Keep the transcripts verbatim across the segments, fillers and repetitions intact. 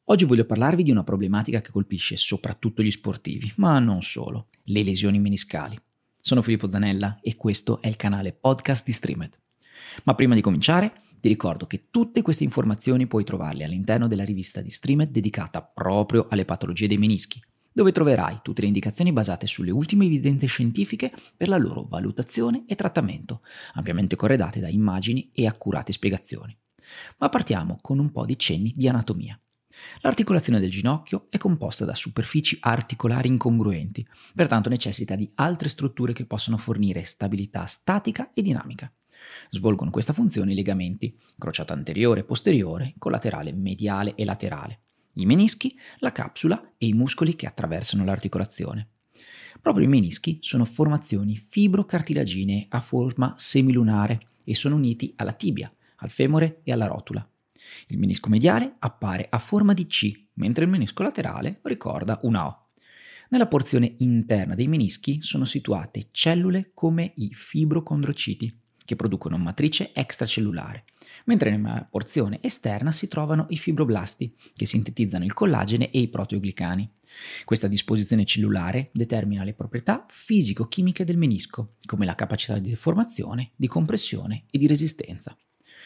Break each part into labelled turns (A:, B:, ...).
A: Oggi voglio parlarvi di una problematica che colpisce soprattutto gli sportivi, ma non solo, le lesioni meniscali. Sono Filippo Zanella e questo è il canale podcast di Streamed. Ma prima di cominciare, ti ricordo che tutte queste informazioni puoi trovarle all'interno della rivista di Streamed dedicata proprio alle patologie dei menischi, dove troverai tutte le indicazioni basate sulle ultime evidenze scientifiche per la loro valutazione e trattamento, ampiamente corredate da immagini e accurate spiegazioni. Ma partiamo con un po' di cenni di anatomia. L'articolazione del ginocchio è composta da superfici articolari incongruenti, pertanto necessita di altre strutture che possono fornire stabilità statica e dinamica. Svolgono questa funzione i legamenti, crociata anteriore e posteriore, collaterale mediale e laterale, i menischi, la capsula e i muscoli che attraversano l'articolazione. Proprio i menischi sono formazioni fibrocartilaginee a forma semilunare e sono uniti alla tibia, al femore e alla rotula. Il menisco mediale appare a forma di C, mentre il menisco laterale ricorda una O. Nella porzione interna dei menischi sono situate cellule come i fibrocondrociti, che producono matrice extracellulare, mentre nella porzione esterna si trovano i fibroblasti, che sintetizzano il collagene e i proteoglicani. Questa disposizione cellulare determina le proprietà fisico-chimiche del menisco, come la capacità di deformazione, di compressione e di resistenza.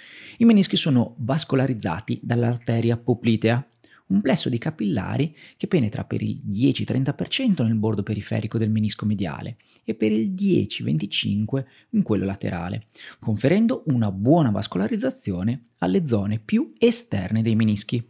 A: I menischi sono vascolarizzati dall'arteria poplitea, un plesso di capillari che penetra per il dieci-trenta per cento nel bordo periferico del menisco mediale e per il dieci-venticinque per cento in quello laterale, conferendo una buona vascolarizzazione alle zone più esterne dei menischi.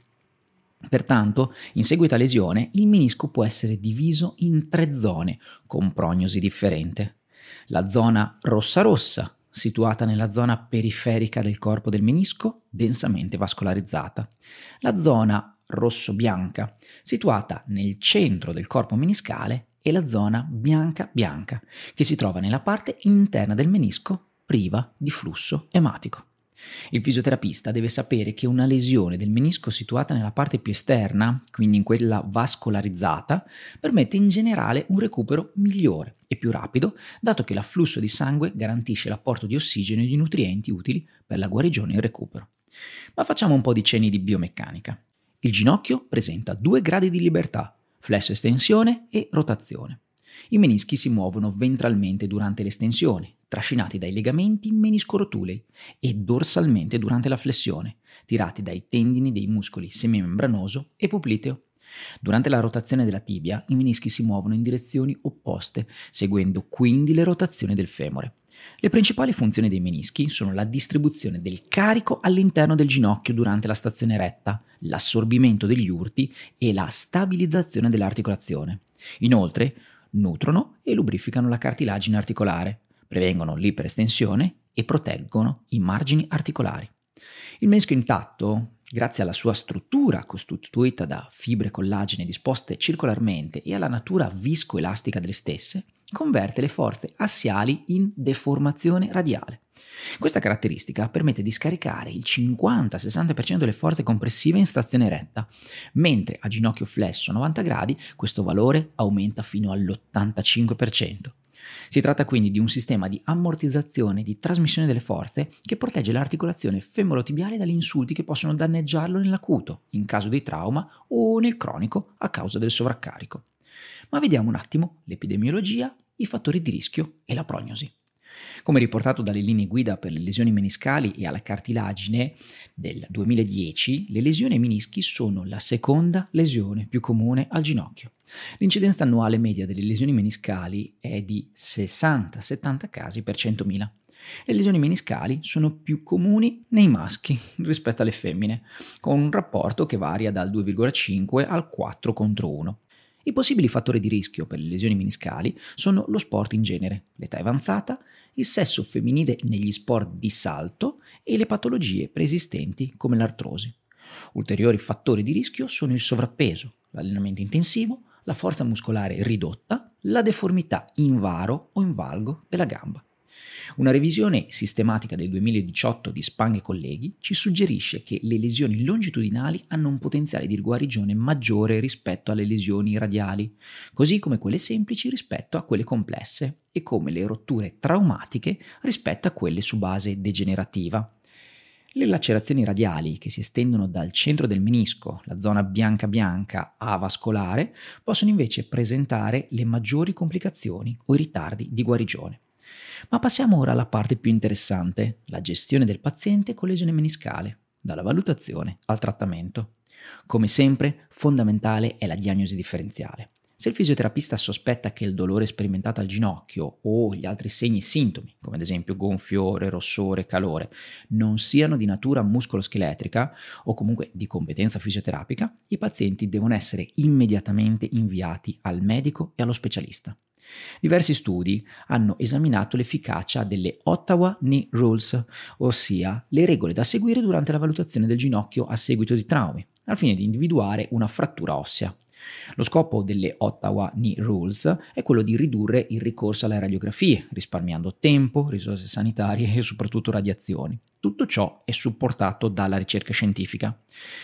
A: Pertanto, in seguito a lesione, il menisco può essere diviso in tre zone con prognosi differente. La zona rossa-rossa, situata nella zona periferica del corpo del menisco, densamente vascolarizzata. La zona rosso-bianca, situata nel centro del corpo meniscale, e la zona bianca-bianca, che si trova nella parte interna del menisco, priva di flusso ematico. Il fisioterapista deve sapere che una lesione del menisco situata nella parte più esterna, quindi in quella vascolarizzata, permette in generale un recupero migliore e più rapido, dato che l'afflusso di sangue garantisce l'apporto di ossigeno e di nutrienti utili per la guarigione e il recupero. Ma facciamo un po' di cenni di biomeccanica. Il ginocchio presenta due gradi di libertà, flesso-estensione e rotazione. I menischi si muovono ventralmente durante l'estensione, trascinati dai legamenti meniscorotulei, e dorsalmente durante la flessione, tirati dai tendini dei muscoli semimembranoso e popliteo. Durante la rotazione della tibia, i menischi si muovono in direzioni opposte, seguendo quindi le rotazioni del femore. Le principali funzioni dei menischi sono la distribuzione del carico all'interno del ginocchio durante la stazione retta, l'assorbimento degli urti e la stabilizzazione dell'articolazione. Inoltre, nutrono e lubrificano la cartilagine articolare, prevengono l'iperestensione e proteggono i margini articolari. Il menisco intatto, grazie alla sua struttura costituita da fibre collagene disposte circolarmente e alla natura viscoelastica delle stesse, converte le forze assiali in deformazione radiale. Questa caratteristica permette di scaricare il cinquanta-sessanta per cento delle forze compressive in stazione retta, mentre a ginocchio flesso a novanta gradi questo valore aumenta fino all'ottantacinque per cento. Si tratta quindi di un sistema di ammortizzazione e di trasmissione delle forze che protegge l'articolazione femorotibiale dagli insulti che possono danneggiarlo nell'acuto, in caso di trauma, o nel cronico a causa del sovraccarico. Ma vediamo un attimo l'epidemiologia, i fattori di rischio e la prognosi. Come riportato dalle linee guida per le lesioni meniscali e alla cartilagine del duemiladieci, le lesioni ai menischi sono la seconda lesione più comune al ginocchio. L'incidenza annuale media delle lesioni meniscali è di sessanta-settanta casi per centomila. Le lesioni meniscali sono più comuni nei maschi rispetto alle femmine, con un rapporto che varia dal due virgola cinque al quattro contro uno. I possibili fattori di rischio per le lesioni meniscali sono lo sport in genere, l'età avanzata, il sesso femminile negli sport di salto e le patologie preesistenti come l'artrosi. Ulteriori fattori di rischio sono il sovrappeso, l'allenamento intensivo, la forza muscolare ridotta, la deformità in varo o in valgo della gamba. Una revisione sistematica del duemiladiciotto di Spang e colleghi ci suggerisce che le lesioni longitudinali hanno un potenziale di guarigione maggiore rispetto alle lesioni radiali, così come quelle semplici rispetto a quelle complesse e come le rotture traumatiche rispetto a quelle su base degenerativa. Le lacerazioni radiali che si estendono dal centro del menisco, la zona bianca bianca avascolare, possono invece presentare le maggiori complicazioni o i ritardi di guarigione. Ma passiamo ora alla parte più interessante, la gestione del paziente con lesione meniscale, dalla valutazione al trattamento. Come sempre, fondamentale è la diagnosi differenziale. Se il fisioterapista sospetta che il dolore sperimentato al ginocchio o gli altri segni e sintomi, come ad esempio gonfiore, rossore, calore, non siano di natura muscoloscheletrica o comunque di competenza fisioterapica, i pazienti devono essere immediatamente inviati al medico e allo specialista. Diversi studi hanno esaminato l'efficacia delle Ottawa Knee Rules, ossia le regole da seguire durante la valutazione del ginocchio a seguito di traumi, al fine di individuare una frattura ossea. Lo scopo delle Ottawa Knee Rules è quello di ridurre il ricorso alle radiografie, risparmiando tempo, risorse sanitarie e soprattutto radiazioni. Tutto ciò è supportato dalla ricerca scientifica.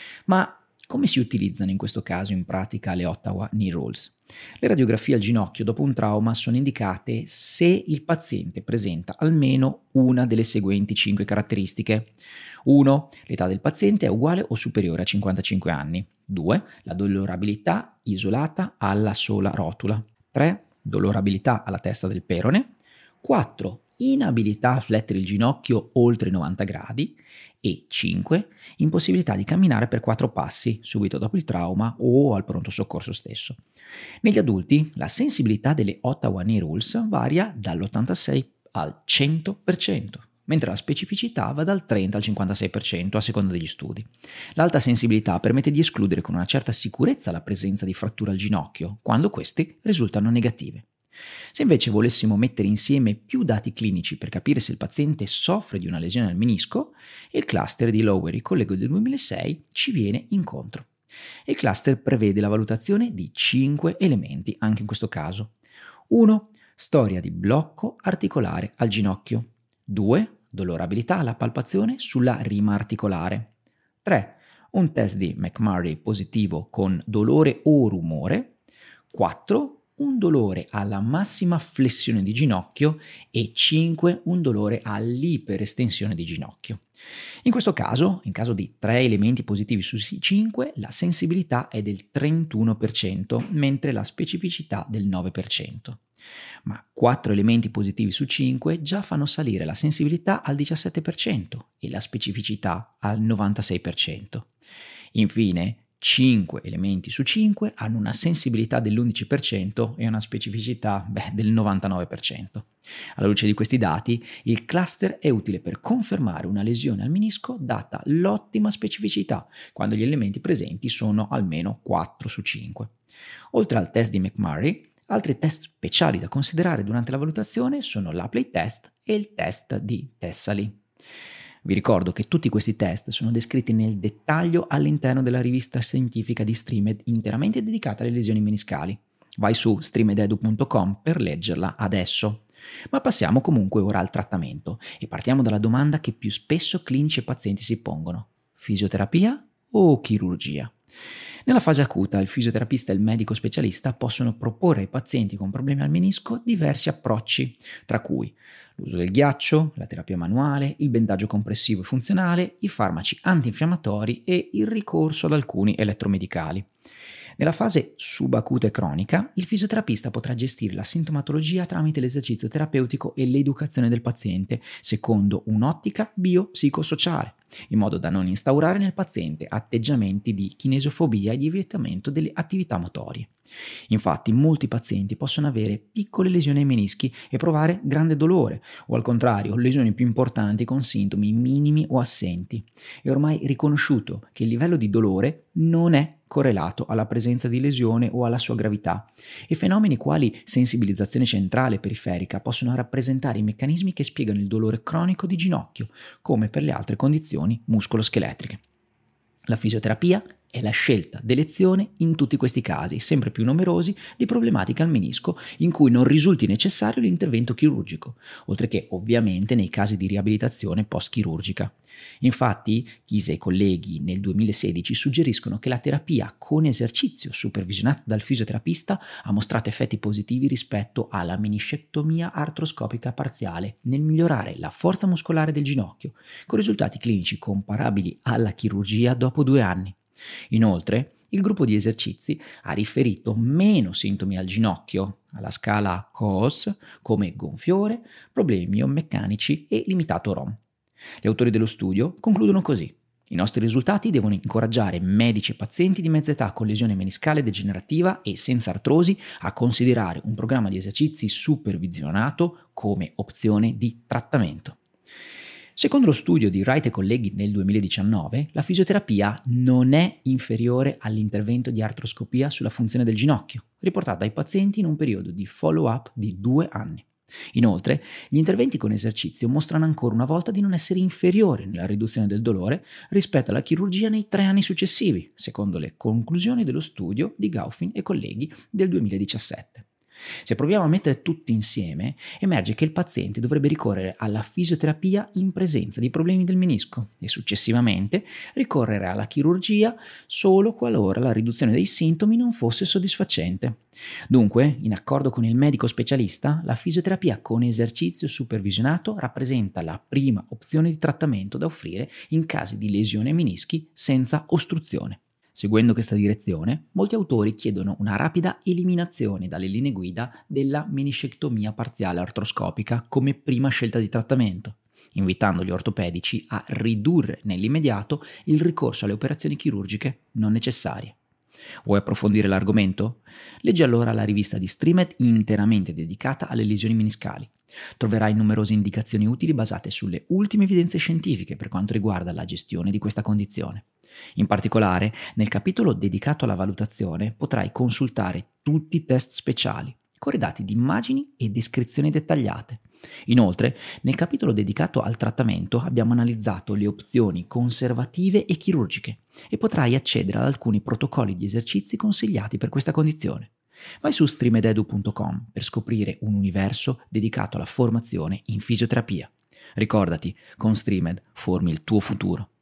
A: Ma come si utilizzano in questo caso in pratica le Ottawa Knee Rules? Le radiografie al ginocchio dopo un trauma sono indicate se il paziente presenta almeno una delle seguenti cinque caratteristiche. uno. L'età del paziente è uguale o superiore a cinquantacinque anni. due. La dolorabilità isolata alla sola rotula. tre. Dolorabilità alla testa del perone. quattro. Inabilità a flettere il ginocchio oltre i novanta gradi. E cinque. Impossibilità di camminare per quattro passi subito dopo il trauma o al pronto soccorso stesso. Negli adulti la sensibilità delle Ottawa Knee Rules varia dall'ottantasei al cento per cento, mentre la specificità va dal trenta al cinquantasei per cento a seconda degli studi. L'alta sensibilità permette di escludere con una certa sicurezza la presenza di fratture al ginocchio, quando queste risultano negative. Se invece volessimo mettere insieme più dati clinici per capire se il paziente soffre di una lesione al menisco, il cluster di Lowery, collego del duemilasei, ci viene incontro. Il cluster prevede la valutazione di cinque elementi, anche in questo caso. uno. Storia di blocco articolare al ginocchio. due. Dolorabilità alla palpazione sulla rima articolare. tre. Un test di McMurray positivo con dolore o rumore. quattro. Un dolore alla massima flessione di ginocchio e cinque. Un dolore all'iperestensione di ginocchio. In questo caso, in caso di tre elementi positivi su cinque, la sensibilità è del trentuno per cento, mentre la specificità del nove per cento. Ma quattro elementi positivi su cinque già fanno salire la sensibilità al diciassette per cento e la specificità al novantasei per cento. Infine, cinque elementi su cinque hanno una sensibilità dell'undici per cento e una specificità beh, del novantanove per cento. Alla luce di questi dati, il cluster è utile per confermare una lesione al menisco data l'ottima specificità, quando gli elementi presenti sono almeno quattro su cinque. Oltre al test di McMurray, altri test speciali da considerare durante la valutazione sono l'Apley test e il test di Thessaly. Vi ricordo che tutti questi test sono descritti nel dettaglio all'interno della rivista scientifica di Streamed interamente dedicata alle lesioni meniscali. Vai su streamed edu punto com per leggerla adesso. Ma passiamo comunque ora al trattamento e partiamo dalla domanda che più spesso clinici e pazienti si pongono: fisioterapia o chirurgia? Nella fase acuta il fisioterapista e il medico specialista possono proporre ai pazienti con problemi al menisco diversi approcci, tra cui l'uso del ghiaccio, la terapia manuale, il bendaggio compressivo e funzionale, i farmaci antinfiammatori e il ricorso ad alcuni elettromedicali. Nella fase subacuta e cronica, il fisioterapista potrà gestire la sintomatologia tramite l'esercizio terapeutico e l'educazione del paziente, secondo un'ottica biopsicosociale, in modo da non instaurare nel paziente atteggiamenti di kinesiofobia e di evitamento delle attività motorie. Infatti, molti pazienti possono avere piccole lesioni ai menischi e provare grande dolore, o al contrario, lesioni più importanti con sintomi minimi o assenti. È ormai riconosciuto che il livello di dolore non è correlato alla presenza di lesione o alla sua gravità, e fenomeni quali sensibilizzazione centrale e periferica possono rappresentare i meccanismi che spiegano il dolore cronico di ginocchio, come per le altre condizioni muscoloscheletriche. La fisioterapia è la scelta d'elezione in tutti questi casi, sempre più numerosi, di problematiche al menisco in cui non risulti necessario l'intervento chirurgico, oltre che ovviamente nei casi di riabilitazione post-chirurgica. Infatti, Chise e colleghi nel duemilasedici suggeriscono che la terapia con esercizio supervisionata dal fisioterapista ha mostrato effetti positivi rispetto alla meniscectomia artroscopica parziale nel migliorare la forza muscolare del ginocchio, con risultati clinici comparabili alla chirurgia dopo due anni. Inoltre, il gruppo di esercizi ha riferito meno sintomi al ginocchio, alla scala C O S, come gonfiore, problemi biomeccanici e limitato R O M. Gli autori dello studio concludono così: i nostri risultati devono incoraggiare medici e pazienti di mezza età con lesione meniscale degenerativa e senza artrosi a considerare un programma di esercizi supervisionato come opzione di trattamento. Secondo lo studio di Wright e colleghi nel duemiladiciannove, la fisioterapia non è inferiore all'intervento di artroscopia sulla funzione del ginocchio, riportata ai pazienti in un periodo di follow-up di due anni. Inoltre, gli interventi con esercizio mostrano ancora una volta di non essere inferiori nella riduzione del dolore rispetto alla chirurgia nei tre anni successivi, secondo le conclusioni dello studio di Gauffin e colleghi del duemiladiciassette. Se proviamo a mettere tutti insieme, emerge che il paziente dovrebbe ricorrere alla fisioterapia in presenza di problemi del menisco e successivamente ricorrere alla chirurgia solo qualora la riduzione dei sintomi non fosse soddisfacente. Dunque, in accordo con il medico specialista, la fisioterapia con esercizio supervisionato rappresenta la prima opzione di trattamento da offrire in casi di lesione ai menischi senza ostruzione. Seguendo questa direzione, molti autori chiedono una rapida eliminazione dalle linee guida della meniscectomia parziale artroscopica come prima scelta di trattamento, invitando gli ortopedici a ridurre nell'immediato il ricorso alle operazioni chirurgiche non necessarie. Vuoi approfondire l'argomento? Leggi allora la rivista di Streamed interamente dedicata alle lesioni meniscali. Troverai numerose indicazioni utili basate sulle ultime evidenze scientifiche per quanto riguarda la gestione di questa condizione. In particolare, nel capitolo dedicato alla valutazione potrai consultare tutti i test speciali, corredati di immagini e descrizioni dettagliate. Inoltre, nel capitolo dedicato al trattamento abbiamo analizzato le opzioni conservative e chirurgiche e potrai accedere ad alcuni protocolli di esercizi consigliati per questa condizione. Vai su streamed edu punto com per scoprire un universo dedicato alla formazione in fisioterapia. Ricordati, con Streamed formi il tuo futuro.